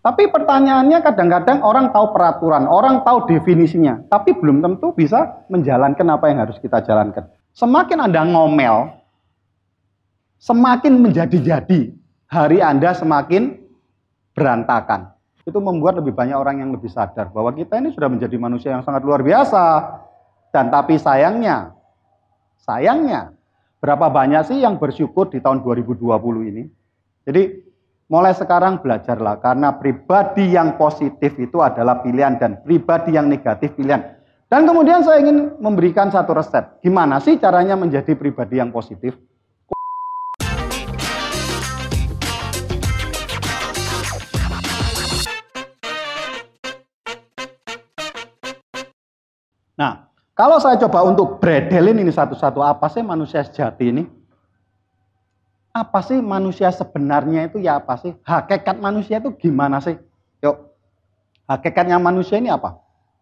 Tapi pertanyaannya kadang-kadang orang tahu peraturan, orang tahu definisinya, tapi belum tentu bisa menjalankan apa yang harus kita jalankan. Semakin Anda ngomel, semakin menjadi-jadi, hari Anda semakin berantakan. Itu membuat lebih banyak orang yang lebih sadar bahwa kita ini sudah menjadi manusia yang sangat luar biasa. Dan tapi sayangnya, berapa banyak sih yang bersyukur di tahun 2020 ini? Jadi mulai sekarang belajarlah, karena pribadi yang positif itu adalah pilihan dan pribadi yang negatif pilihan. Dan kemudian saya ingin memberikan satu resep. Gimana sih caranya menjadi pribadi yang positif? Nah, kalau saya coba untuk bredelin ini satu-satu, apa sih manusia sejati ini? Apa sih manusia sebenarnya itu ya apa sih? Hakikat manusia itu gimana sih? Yuk, hakikatnya manusia ini apa?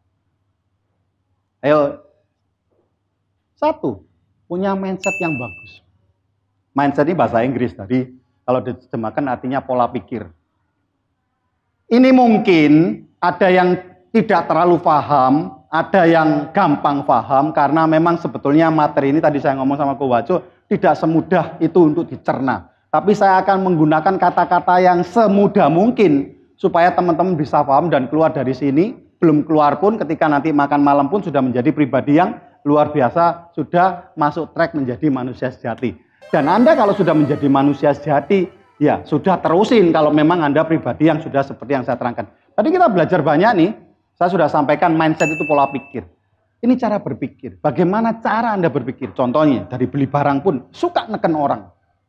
Ayo, satu, punya mindset yang bagus. Mindset ini bahasa Inggris, tadi kalau diterjemahkan artinya pola pikir. Ini mungkin ada yang tidak terlalu paham, ada yang gampang paham, karena memang sebetulnya materi ini tadi saya ngomong sama Ko Wajo, tidak semudah itu untuk dicerna. Tapi saya akan menggunakan kata-kata yang semudah mungkin supaya teman-teman bisa paham dan keluar dari sini. Belum keluar pun ketika nanti makan malam pun sudah menjadi pribadi yang luar biasa, sudah masuk track menjadi manusia sejati. Dan Anda kalau sudah menjadi manusia sejati, ya sudah terusin kalau memang Anda pribadi yang sudah seperti yang saya terangkan. Tadi kita belajar banyak nih, saya sudah sampaikan mindset itu pola pikir. Ini cara berpikir. Bagaimana cara Anda berpikir? Contohnya, dari beli barang pun suka neken orang.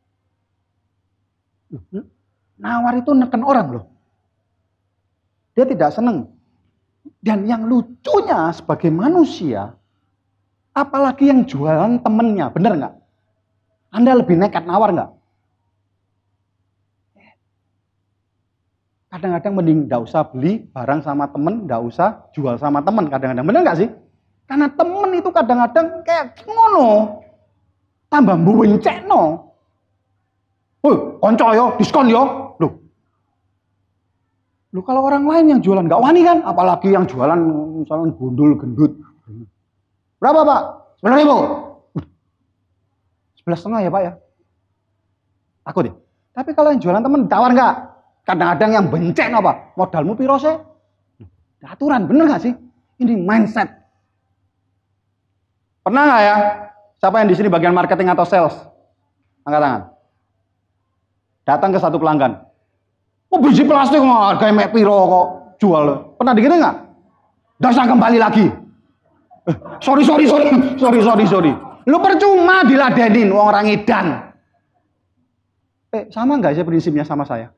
Nawar itu neken orang loh. Dia tidak seneng. Dan yang lucunya sebagai manusia, apalagi yang jualan temennya, bener nggak? Anda lebih nekat nawar nggak? Kadang-kadang mending nggak usah beli barang sama temen, nggak usah jual sama temen. Kadang-kadang bener nggak sih? Karena temen itu kadang-kadang kayak ngono, tambah buwencekno. Woi, konco yo, diskon yo. Loh kalau orang lain yang jualan nggak wani kan, apalagi yang jualan misalnya gundul gendut. Berapa Pak? 10.000. 11,5 ya Pak ya. Takut deh. Tapi kalau yang jualan temen tawar nggak? Kadang-kadang yang benceng apa? Modalmu piro sih? Aturan, bener nggak sih? Ini mindset. Pernah nggak ya? Siapa yang di sini bagian marketing atau sales? Angkat tangan. Datang ke satu pelanggan. Oh biji plastik harganya mek piro kok jual. Pernah digini nggak? Dasar kembali lagi. Sorry. Lu percuma diladenin wong orang edan. Sama nggak sih prinsipnya sama saya?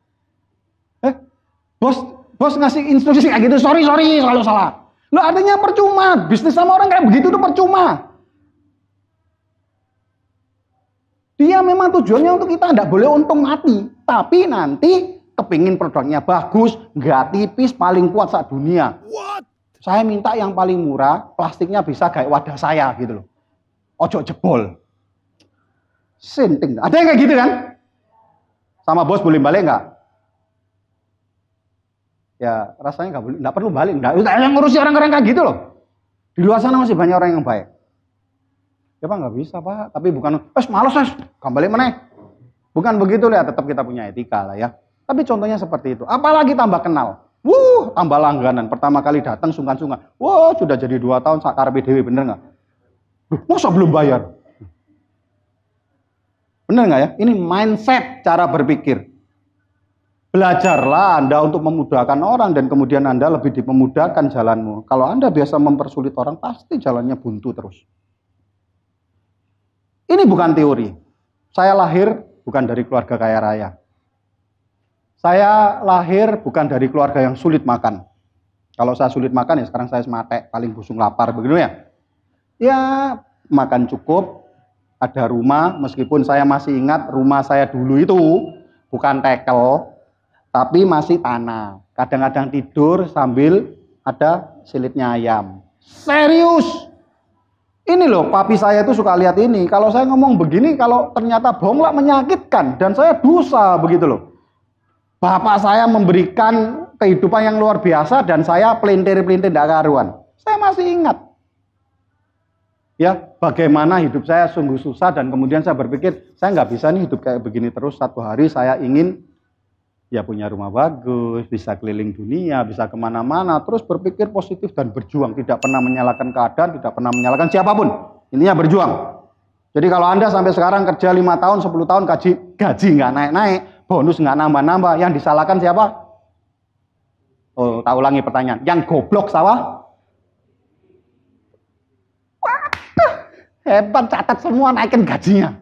Bos ngasih instruksi kayak gitu, sorry, selalu salah. Lo artinya percuma, bisnis sama orang kayak begitu tuh percuma. Dia memang tujuannya untuk kita nggak boleh untung mati, tapi nanti kepingin produknya bagus, nggak tipis, paling kuat saat dunia. What? Saya minta yang paling murah, plastiknya bisa kayak wadah saya gitu loh. Ojo jebol. Sinting. Ada yang kayak gitu kan? Sama bos boleh balik nggak? Ya rasanya nggak boleh, nggak perlu balik, nggak yang ngurusi orang-orang kayak gitu loh. Di luar sana masih banyak orang yang baik. Ya Pak nggak bisa Pak, tapi bukan, malas kembali mana? Bukan begitu ya, tetap kita punya etika lah ya. Tapi contohnya seperti itu. Apalagi tambah kenal, tambah langganan. Pertama kali datang sungkan-sungkan, sudah jadi 2 tahun sakar PDW, bener nggak? Masa belum bayar? Bener nggak ya? Ini mindset cara berpikir. Belajarlah Anda untuk memudahkan orang dan kemudian Anda lebih dipermudahkan jalanmu. Kalau Anda biasa mempersulit orang, pasti jalannya buntu terus. Ini bukan teori. Saya lahir bukan dari keluarga kaya raya. Saya lahir bukan dari keluarga yang sulit makan. Kalau saya sulit makan ya sekarang saya semate, paling busung lapar begitu ya. Ya makan cukup, ada rumah, meskipun saya masih ingat rumah saya dulu itu bukan tekel, tapi masih tanah. Kadang-kadang tidur sambil ada silitnya ayam. Serius. Ini loh, papi saya itu suka lihat ini. Kalau saya ngomong begini, kalau ternyata bohong lah menyakitkan. Dan saya dosa begitu loh. Bapak saya memberikan kehidupan yang luar biasa dan saya pelintir-pelintir tidak karuan. Saya masih ingat. Ya, bagaimana hidup saya sungguh susah dan kemudian saya berpikir, saya nggak bisa nih hidup kayak begini terus. Satu hari saya ingin ya punya rumah bagus, bisa keliling dunia, bisa kemana-mana, terus berpikir positif dan berjuang. Tidak pernah menyalahkan keadaan, tidak pernah menyalahkan siapapun. Intinya berjuang. Jadi kalau Anda sampai sekarang kerja 5 tahun, 10 tahun, gaji nggak naik-naik, bonus nggak nambah-nambah, yang disalahkan siapa? Oh, tak ulangi pertanyaan. Yang goblok sawah? Waduh, hebat, catat semua, naikin gajinya.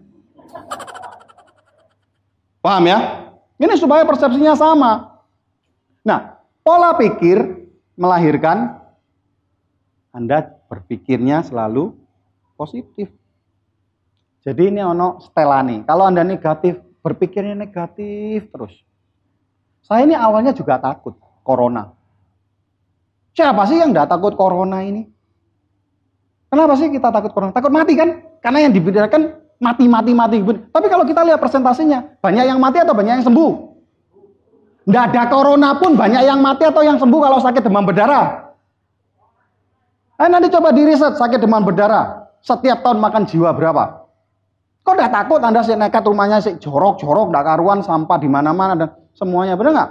Paham ya? Ini supaya persepsinya sama. Nah, pola pikir melahirkan Anda berpikirnya selalu positif. Jadi ini ono stelani. Kalau Anda negatif, berpikirnya negatif terus. Saya ini awalnya juga takut corona. Siapa sih yang tidak takut corona ini? Kenapa sih kita takut corona? Takut mati kan? Karena yang dibicarakan mati. Tapi kalau kita lihat presentasinya, banyak yang mati atau banyak yang sembuh? Tidak ada corona pun banyak yang mati atau yang sembuh kalau sakit demam berdarah. Nanti coba diriset sakit demam berdarah. Setiap tahun makan jiwa berapa? Kok udah takut Anda sih nekat rumahnya sih jorok, tidak karuan, sampah di mana-mana dan semuanya, benar nggak?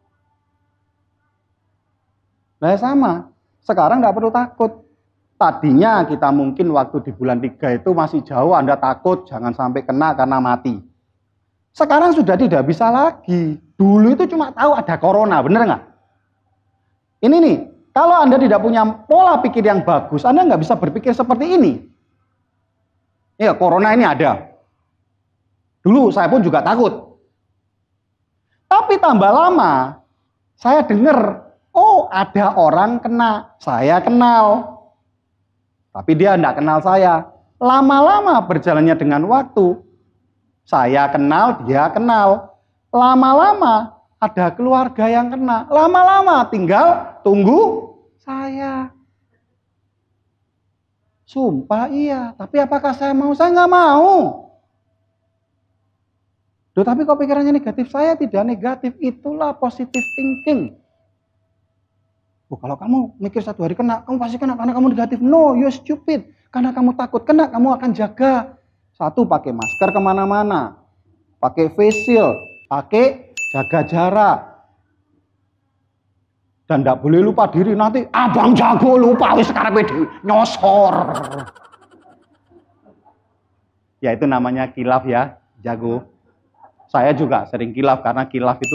Nah sama, sekarang nggak perlu takut. Tadinya kita mungkin waktu di bulan 3 itu masih jauh, Anda takut jangan sampai kena karena mati. Sekarang sudah tidak bisa lagi. Dulu itu cuma tahu ada corona, bener nggak? Ini nih, kalau Anda tidak punya pola pikir yang bagus, Anda nggak bisa berpikir seperti ini. Ya, corona ini ada. Dulu saya pun juga takut. Tapi tambah lama, saya dengar, oh ada orang kena, saya kenal. Tapi dia tidak kenal saya. Lama-lama berjalannya dengan waktu, saya kenal, dia kenal. Lama-lama ada keluarga yang kena. Lama-lama tinggal tunggu saya. Sumpah iya, tapi apakah saya mau? Saya nggak mau. Duh, tapi kok pikirannya negatif? Saya tidak negatif, itulah positive thinking. Oh, kalau kamu mikir satu hari kena, kamu pasti kena karena kamu negatif. No, you're stupid. Karena kamu takut kena, kamu akan jaga. Satu, pakai masker kemana-mana. Pakai face shield, pakai jaga jarak. Dan tidak boleh lupa diri, nanti abang jago lupa wis karepe nyosor. Ya itu namanya kilaf ya, jago. Saya juga sering kilaf karena kilaf itu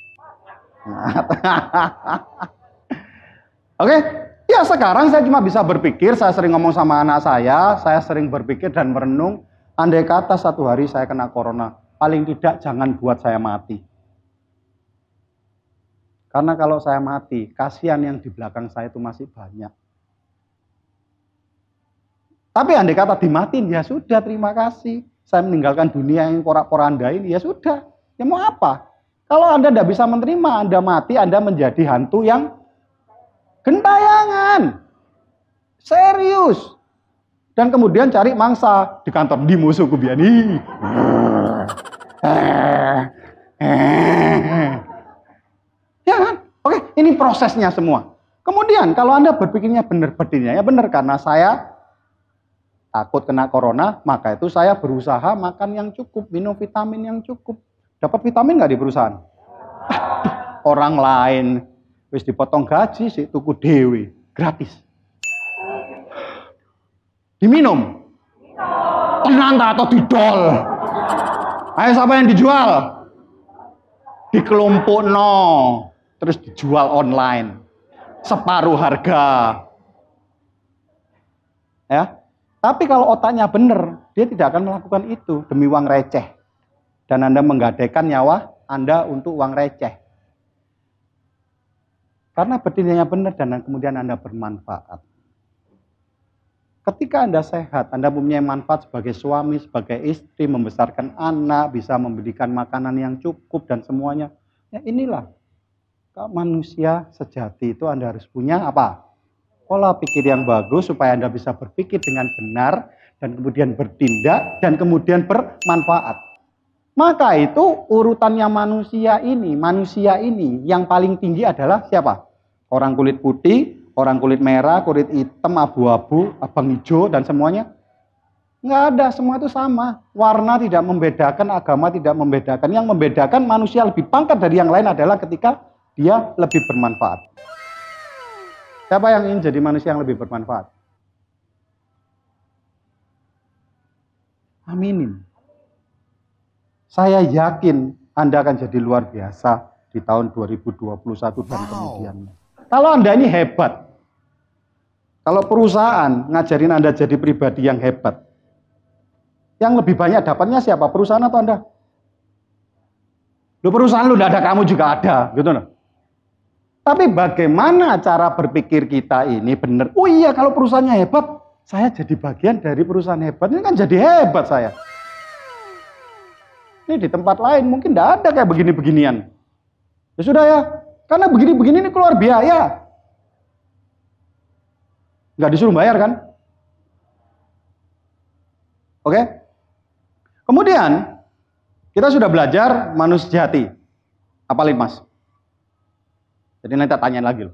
Oke, ya sekarang saya cuma bisa berpikir, saya sering ngomong sama anak saya sering berpikir dan merenung, andai kata satu hari saya kena corona, paling tidak jangan buat saya mati. Karena kalau saya mati, kasihan yang di belakang saya itu masih banyak. Tapi andai kata dimatiin, ya sudah, terima kasih. Saya meninggalkan dunia yang porak-poranda ini, ya sudah. Ya mau apa? Kalau Anda tidak bisa menerima, Anda mati, Anda menjadi hantu yang gentayangan. Serius. Dan kemudian cari mangsa di kantor, di musuhku biani. Ya kan? Oke, ini prosesnya semua. Kemudian kalau Anda berpikirnya benar, ya benar karena saya takut kena corona, maka itu saya berusaha makan yang cukup, minum vitamin yang cukup. Dapat vitamin nggak di perusahaan? Orang lain wis dipotong gaji sih tuku dewe, gratis. Diminum. Tenan atau didol? Ayo siapa yang dijual? Dikelompok no. Terus dijual online separuh harga ya. Tapi kalau otaknya benar, dia tidak akan melakukan itu demi uang receh dan Anda menggadaikan nyawa Anda untuk uang receh karena berdirinya benar dan kemudian Anda bermanfaat. Ketika Anda sehat, Anda mempunyai manfaat sebagai suami, sebagai istri, membesarkan anak, bisa memberikan makanan yang cukup dan semuanya. Ya inilah manusia sejati itu Anda harus punya apa? Pola pikir yang bagus supaya Anda bisa berpikir dengan benar dan kemudian bertindak dan kemudian bermanfaat. Maka itu urutannya manusia ini yang paling tinggi adalah siapa? Orang kulit putih, orang kulit merah, kulit hitam, abu-abu, abang hijau, dan semuanya. Nggak ada, semua itu sama. Warna tidak membedakan, agama tidak membedakan. Yang membedakan manusia lebih pangkat dari yang lain adalah ketika dia lebih bermanfaat. Siapa yang ingin jadi manusia yang lebih bermanfaat? Aminin. Saya yakin Anda akan jadi luar biasa di tahun 2021 dan kemudiannya. Kalau Anda ini hebat, kalau perusahaan ngajarin Anda jadi pribadi yang hebat, yang lebih banyak dapatnya siapa? Perusahaan atau Anda? Lu perusahaan lu nggak ada, kamu juga ada, gitu loh. Tapi bagaimana cara berpikir kita ini benar? Oh iya, kalau perusahaannya hebat, saya jadi bagian dari perusahaan hebat, ini kan jadi hebat saya. Ini di tempat lain mungkin tidak ada kayak begini-beginian. Ya sudah ya, karena begini-begini ini keluar biaya. Nggak disuruh bayar kan? Oke? Kemudian, kita sudah belajar manusia sejati. Apalin mas? Jadi nanti tak tanyain lagi loh.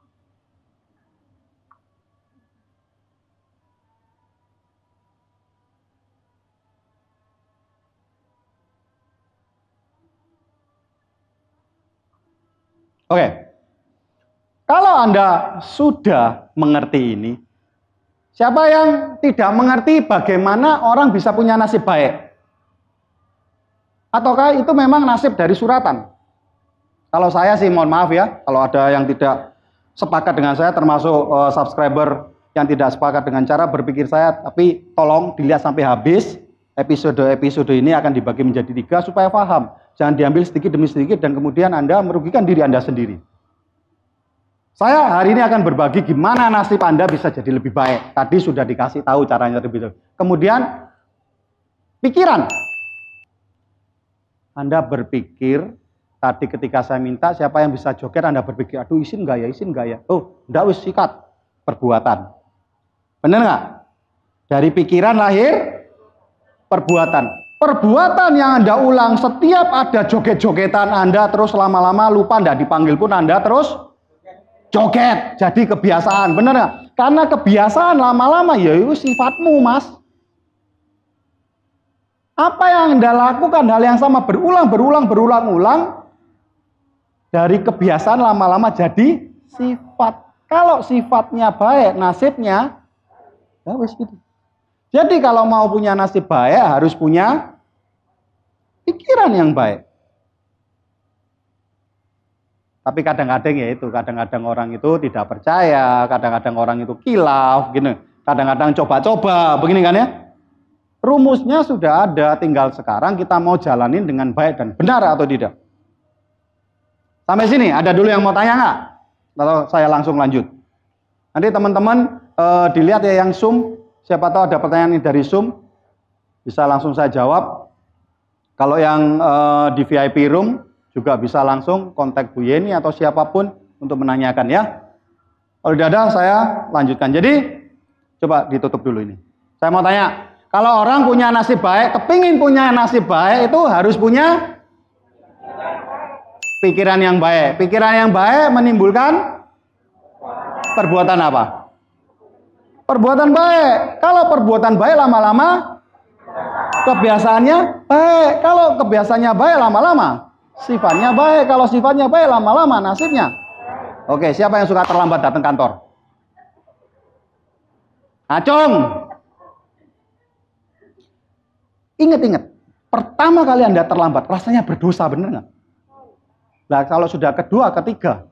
Oke, kalau Anda sudah mengerti ini, siapa yang tidak mengerti bagaimana orang bisa punya nasib baik? Ataukah itu memang nasib dari suratan? Kalau saya sih mohon maaf ya, kalau ada yang tidak sepakat dengan saya, termasuk subscriber yang tidak sepakat dengan cara berpikir saya, tapi tolong dilihat sampai habis. Episode-episode ini akan dibagi menjadi 3 supaya paham. Jangan diambil sedikit demi sedikit dan kemudian Anda merugikan diri Anda sendiri. Saya hari ini akan berbagi gimana nasib Anda bisa jadi lebih baik. Tadi sudah dikasih tahu caranya lebih baik. Kemudian pikiran. Anda berpikir tadi ketika saya minta siapa yang bisa joget, Anda berpikir, aduh izin nggak ya, izin nggak ya. Oh, enggak wis sikat. Perbuatan. Benar nggak? Dari pikiran lahir perbuatan. Perbuatan yang Anda ulang setiap ada joget-jogetan Anda terus lama-lama lupa, Anda dipanggil pun Anda terus joget. Jadi kebiasaan, bener nggak? Karena kebiasaan lama-lama ya itu sifatmu mas. Apa yang Anda lakukan hal yang sama berulang-ulang dari kebiasaan lama-lama jadi sifat. Kalau sifatnya baik, nasibnya ya wes gitu. Jadi kalau mau punya nasib baik harus punya pikiran yang baik. Tapi kadang-kadang ya itu, kadang-kadang orang itu tidak percaya, kadang-kadang orang itu kilaf, gini. Kadang-kadang coba-coba, begini kan ya. Rumusnya sudah ada, tinggal sekarang kita mau jalanin dengan baik dan benar atau tidak. Sampai sini, ada dulu yang mau tanya nggak? Atau saya langsung lanjut? Nanti teman-teman dilihat ya yang Zoom. Siapa tahu ada pertanyaan dari Zoom, bisa langsung saya jawab. Kalau yang di VIP room juga bisa langsung kontak Bu Yeni atau siapapun untuk menanyakan ya. Kalau tidak ada saya lanjutkan. Jadi coba ditutup dulu ini. Saya mau tanya, kalau orang punya nasib baik, kepingin punya nasib baik itu harus punya pikiran yang baik. Pikiran yang baik menimbulkan perbuatan apa? Perbuatan baik. Kalau perbuatan baik lama-lama kebiasaannya baik. Kalau kebiasaannya baik lama-lama sifatnya baik. Kalau sifatnya baik lama-lama nasibnya. Oke, siapa yang suka terlambat datang kantor? Acung. Ingat-ingat, pertama kali Anda terlambat rasanya berdosa, bener nggak? Nah, kalau sudah kedua, ketiga.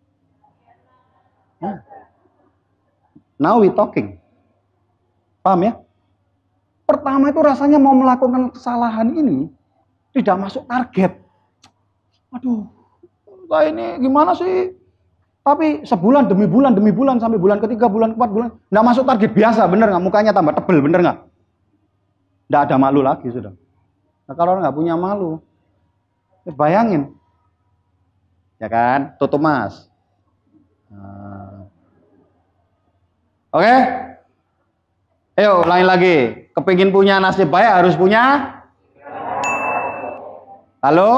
Now we talking. Paham ya? Pertama itu rasanya mau melakukan kesalahan ini tidak masuk target. Aduh, saya ini gimana sih? Tapi sebulan demi bulan sampai bulan ketiga, bulan keempat, bulan nggak masuk target biasa, bener nggak? Mukanya tambah tebel, bener nggak? Nggak ada malu lagi sudah. Nah, kalau nggak punya malu, ya bayangin, ya kan? Tutup mas. Nah. Oke? Ayo ulangin lagi. Kepingin punya nasib baik harus punya Halo?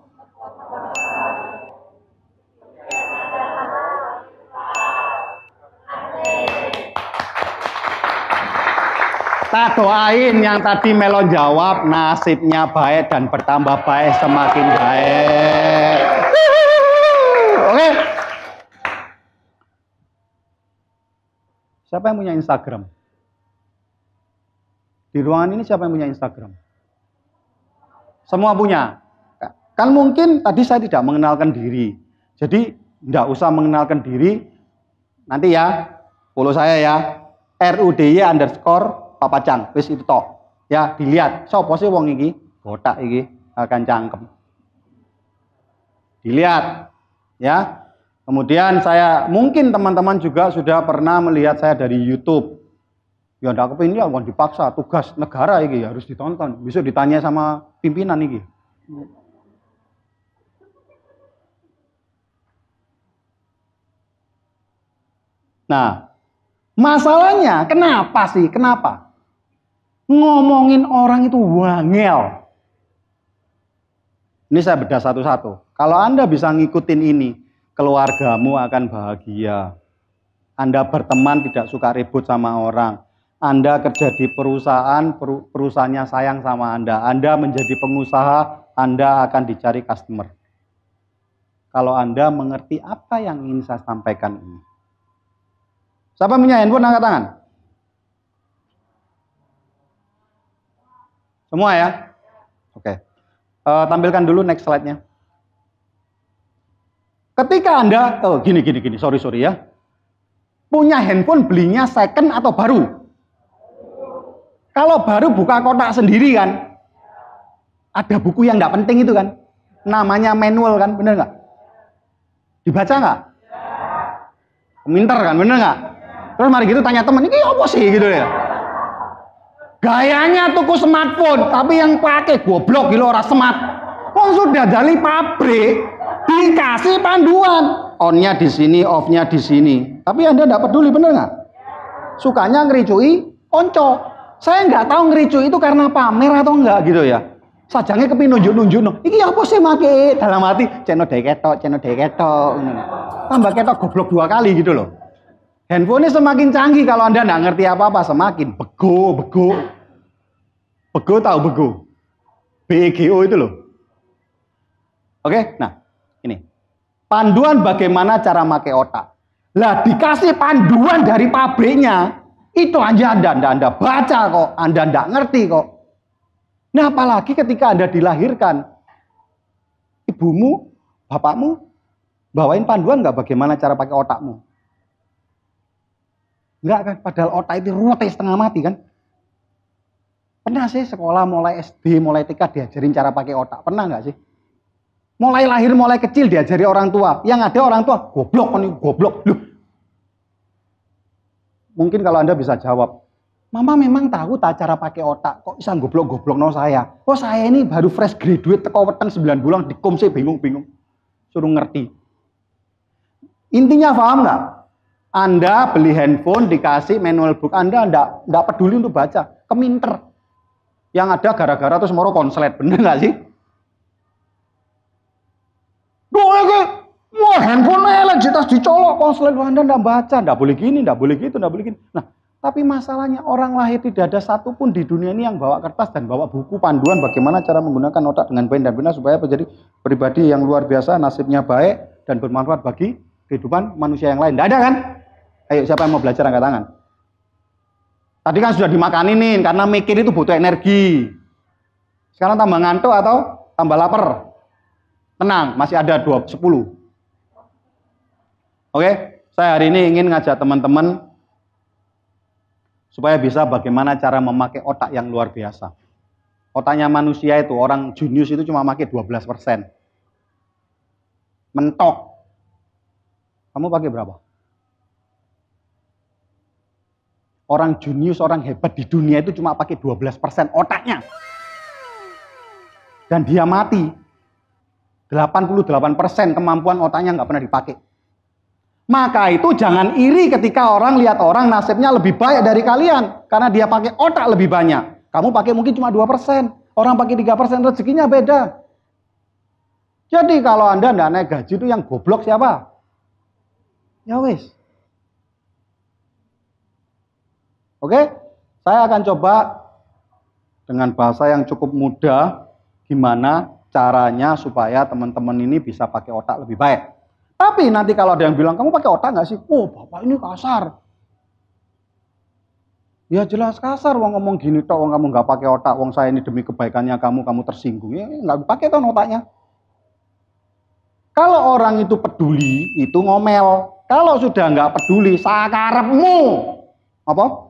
Tak doain yang tadi Melon jawab, nasibnya baik dan bertambah baik semakin baik. Oke. Siapa yang punya Instagram? Di ruangan ini siapa yang punya Instagram? Semua punya. Kan mungkin tadi saya tidak mengenalkan diri. Jadi tidak usah mengenalkan diri. Nanti ya, follow saya ya. RUDY_Papacang, wis itu tok. Ya, dilihat. Sopo sih wong iki? Botak iki akan cangkem. Dilihat. Ya. Kemudian mungkin teman-teman juga sudah pernah melihat saya dari YouTube. Ya ndak kepengin ya dipaksa, tugas negara iki harus ditonton. Besok ditanya sama pimpinan iki. Nah, masalahnya kenapa sih? Kenapa? Ngomongin orang itu wangel. Ini saya bedah satu-satu. Kalau Anda bisa ngikutin ini, keluargamu akan bahagia. Anda berteman tidak suka ribut sama orang. Anda kerja di perusahaan, perusahaannya sayang sama Anda. Anda menjadi pengusaha, Anda akan dicari customer. Kalau Anda mengerti apa yang ingin saya sampaikan ini. Siapa punya handphone, angkat tangan. Semua ya? Oke. Tampilkan dulu next slide-nya. Ketika Anda, gini, sorry ya. Punya handphone belinya second atau baru? Kalau baru buka kotak sendiri kan? Ada buku yang nggak penting itu kan? Namanya manual kan, bener nggak? Dibaca nggak? Pinter kan, bener nggak? Terus mari gitu tanya teman, ini apa sih gitu ya? Gayanya tuku smartphone, tapi yang pakai goblok gitu orang smart. Kok sudah dari pabrik dikasih panduan, on-nya di sini, off-nya di sini. Tapi Anda tidak peduli, bener nggak? Sukanya ngericui konco. Saya nggak tahu ngericui itu karena pamer atau enggak gitu ya. Sajangnya kepin nunjuk-nunjuk. Iki apa sih make? Dalam hati, channel deketok. Tambah ketok goblok 2 kali gitu loh. Handphonenya semakin canggih kalau Anda nggak ngerti apa-apa, semakin bego. Bego tahu bego? BEGO itu loh. Oke, nah ini. Panduan bagaimana cara pakai otak. Lah dikasih panduan dari pabriknya, itu aja Anda baca kok, Anda nggak ngerti kok. Nah apalagi ketika Anda dilahirkan, ibumu, bapakmu, bawain panduan nggak bagaimana cara pakai otakmu? Enggak kan, padahal otak itu rute setengah mati kan. Pernah sih sekolah mulai SD, mulai TK diajarin cara pakai otak, pernah nggak sih? Mulai lahir, mulai kecil diajari orang tua, yang ada orang tua, goblok, goblok. Loh. Mungkin kalau Anda bisa jawab, Mama memang tahu tak cara pakai otak, kok bisa goblok-goblok no saya? Oh saya ini baru fresh graduate, teko weten 9 bulan, di kom saya bingung-bingung. Suruh ngerti. Intinya paham nggak? Anda beli handphone, dikasih manual book, Anda enggak peduli untuk baca, keminter. Yang ada gara-gara terus moro konslet, bener nggak sih? Wah handphone elektristas dicolok, konslet, Anda enggak baca, enggak boleh gini, enggak boleh gitu, enggak boleh gini. Nah, tapi masalahnya orang lahir tidak ada satupun di dunia ini yang bawa kertas dan bawa buku panduan bagaimana cara menggunakan otak dengan baik dan benar supaya menjadi pribadi yang luar biasa, nasibnya baik dan bermanfaat bagi kehidupan manusia yang lain. Tidak ada kan? Ayo siapa yang mau belajar angkat tangan. Tadi kan sudah dimakanin nih, karena mikir itu butuh energi. Sekarang tambah ngantuk atau tambah lapar? Tenang, masih ada 10. Oke, saya hari ini ingin ngajak teman-teman supaya bisa bagaimana cara memakai otak yang luar biasa. Otaknya manusia itu, orang jenius itu cuma pakai 12%. Mentok. Kamu pakai berapa? Orang jenius, orang hebat di dunia itu cuma pakai 12% otaknya. Dan dia mati. 88% kemampuan otaknya nggak pernah dipakai. Maka itu jangan iri ketika orang lihat orang nasibnya lebih baik dari kalian. Karena dia pakai otak lebih banyak. Kamu pakai mungkin cuma 2%. Orang pakai 3%, rezekinya beda. Jadi kalau Anda nggak naik gaji itu yang goblok siapa? Ya wis. Oke, saya akan coba dengan bahasa yang cukup mudah gimana caranya supaya teman-teman ini bisa pakai otak lebih baik. Tapi nanti kalau ada yang bilang, kamu pakai otak nggak sih? Oh, Bapak ini kasar. Ya jelas kasar, wong ngomong gini tok, wong kamu nggak pakai otak, wong saya ini demi kebaikannya kamu tersinggung. Ya nggak pakai kan otaknya. Kalau orang itu peduli, itu ngomel. Kalau sudah nggak peduli, sakarepmu. Apa?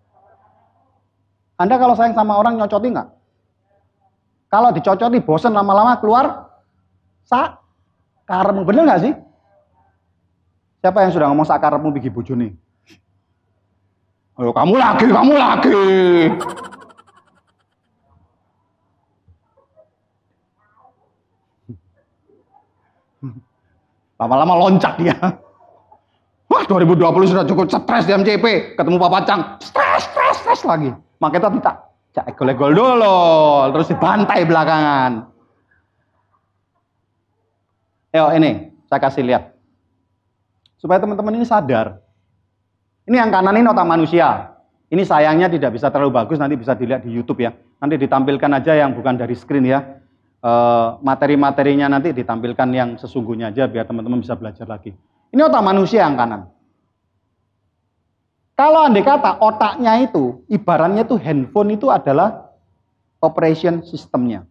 Anda kalau sayang sama orang nyocoti nggak? Kalau dicocoti bosen lama-lama keluar sakarepmu, bener nggak sih? Siapa yang sudah ngomong sakarepmu bigi bojone? Ayo kamu lagi. Lama-lama loncat dia. Wah 2020 sudah cukup stres di MCP, ketemu Pak Pacang, stres lagi. Makanya kita cak gol dulu, terus dibantai belakangan. Ini saya kasih lihat. Supaya teman-teman ini sadar. Ini yang kanan ini otak manusia. Ini sayangnya tidak bisa terlalu bagus, nanti bisa dilihat di YouTube ya. Nanti ditampilkan aja yang bukan dari screen ya. Materi-materinya nanti ditampilkan yang sesungguhnya aja biar teman-teman bisa belajar lagi. Ini otak manusia yang kanan. Kalau andai kata otaknya itu, ibaratnya itu handphone itu adalah operation systemnya.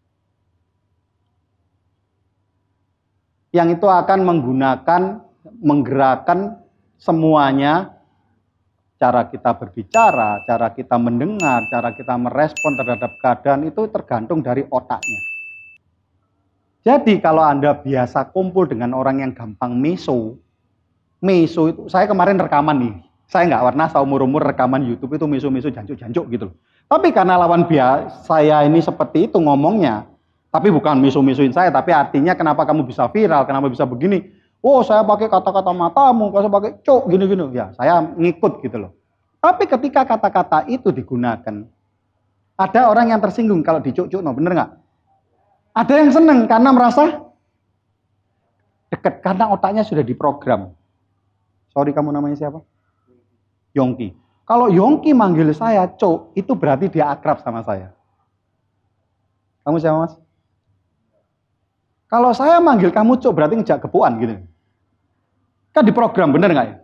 Yang itu akan menggerakkan semuanya, cara kita berbicara, cara kita mendengar, cara kita merespon terhadap keadaan itu tergantung dari otaknya. Jadi kalau Anda biasa kumpul dengan orang yang gampang meso itu, saya kemarin rekaman nih, saya nggak pernah seumur-umur rekaman YouTube itu meso jancuk-jancuk gitu loh. Tapi karena lawan biasa saya ini seperti itu ngomongnya, tapi bukan meso-mesoin saya, tapi artinya kenapa kamu bisa viral, kenapa bisa begini. Oh saya pakai kata-kata matamu, saya pakai cok gini-gini. Ya saya ngikut gitu loh. Tapi ketika kata-kata itu digunakan, ada orang yang tersinggung kalau dicuk-cuk, no, bener nggak? Ada yang seneng karena merasa dekat, karena otaknya sudah diprogram. Sorry, kamu namanya siapa? Yongki. Kalau Yongki manggil saya cok, itu berarti dia akrab sama saya. Kamu siapa, Mas? Kalau saya manggil kamu cok, berarti ngejak kepuan gitu. Kan diprogram, bener nggak ya?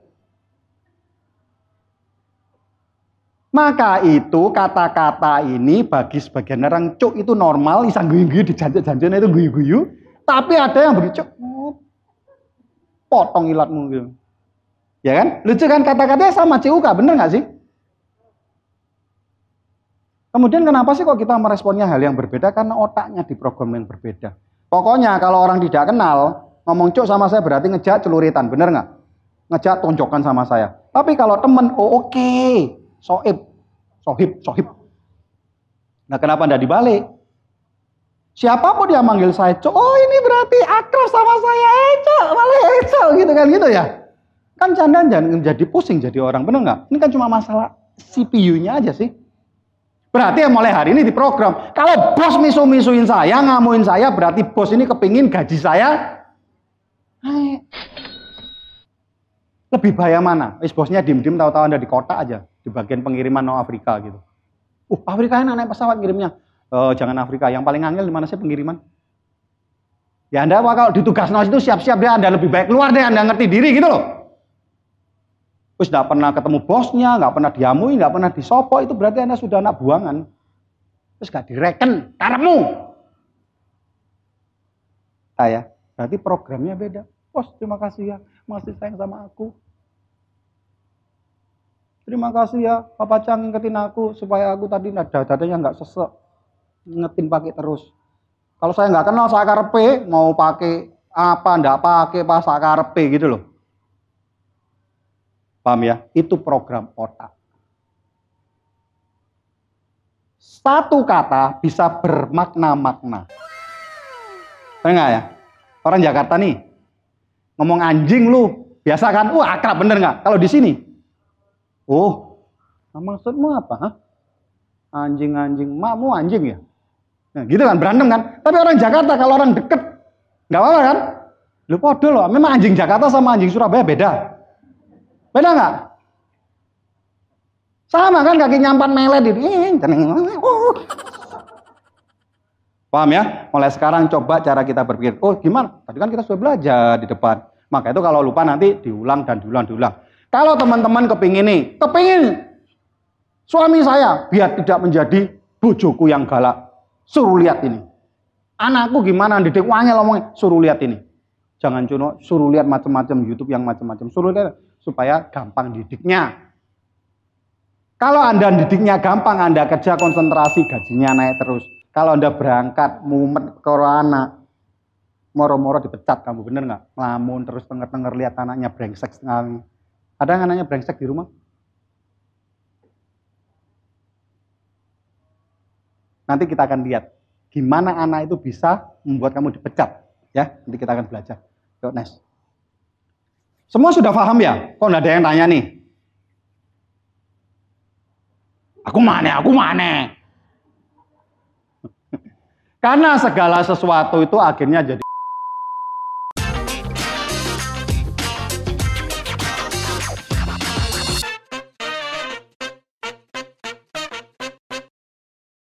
Maka itu kata-kata ini bagi sebagian orang cuk itu normal, isang guyu-guyu dijanjek-janjeknya itu guyu-guyu, tapi ada yang begitu potong ilatmu gitu. Ya kan? Lucu kan kata-katanya sama CUK, bener nggak sih? Kemudian kenapa sih kok kita meresponnya hal yang berbeda? Karena otaknya diprogram yang berbeda. Pokoknya kalau orang tidak kenal, ngomong cuk sama saya berarti ngejak celuritan, bener nggak? Ngejak tonjokan sama saya. Tapi kalau temen, oh oke. Sohib. Nah kenapa tidak dibalik? Siapapun yang manggil saya cok, oh ini berarti akrab sama saya, cok, balik cok, gitu kan gitu ya. Kan candaan jangan jadi pusing jadi orang, bener nggak? Ini kan cuma masalah CPU-nya aja sih. Berarti yang mulai hari ini diprogram. Kalau bos misu-misuin saya, ngamuin saya, berarti bos ini kepingin gaji saya lebih bahaya mana? Bosnya diem-diem tahu-tahu Anda di kota aja, di bagian pengiriman no Afrika gitu. Afrika enak naik pesawat ngirimnya. Jangan Afrika, yang paling angel di mana sih pengiriman? Ya Anda kalau ditugas no itu siap-siap deh, Anda lebih baik keluar deh, Anda ngerti diri gitu loh. Terus nggak pernah ketemu bosnya, nggak pernah diamui, nggak pernah disopo, itu berarti Anda sudah anak buangan. Terus nggak direken, karepmu. Saya, berarti programnya beda. Bos, terima kasih ya, masih sayang sama aku. Terima kasih ya, Pak Pacang ingetin aku supaya aku tadi dadanya nggak sesek. Ingetin pakai terus. Kalau saya nggak kenal sakarepe, mau pakai apa, nggak pakai pas sakarepe gitu loh. Paham ya? Itu program otak. Satu kata bisa bermakna-makna. Benar nggak ya? Orang Jakarta nih, ngomong anjing lu, biasa kan? Akrab bener nggak? Kalau di sini, maksudmu apa? Hah? Anjing, makmu anjing ya? Nah, gitu kan, berantem kan? Tapi orang Jakarta kalau orang deket, Nggak apa-apa kan? Lu podo loh, memang anjing Jakarta sama anjing Surabaya beda. Beda nggak? Sama kan kaki nyampan melet ini. Paham ya? Mulai sekarang coba cara kita berpikir. Oh gimana? Tadi kan kita sudah belajar di depan. Maka itu kalau lupa nanti diulang dan diulang. Kalau teman-teman kepingin suami saya biar tidak menjadi bojoku yang galak. Suruh lihat ini. Anakku gimana didik wangel ngomongnya. Suruh lihat ini. Jangan cuma suruh lihat macam-macam YouTube yang macam-macam. Suruh lihat supaya gampang didiknya. Kalau Anda didiknya gampang, Anda kerja konsentrasi, gajinya naik terus. Kalau Anda berangkat, mumet ke anak, moro-moro dipecat kamu, bener nggak? Ngelamun terus tenger-tenger lihat anaknya brengsek sekali. Ada yang anaknya brengsek di rumah? Nanti kita akan lihat gimana anak itu bisa membuat kamu dipecat. Ya, nanti kita akan belajar. Yuk, next. Semua sudah paham ya? Kok nggak ada yang tanya nih? Aku mana? Karena segala sesuatu itu akhirnya jadi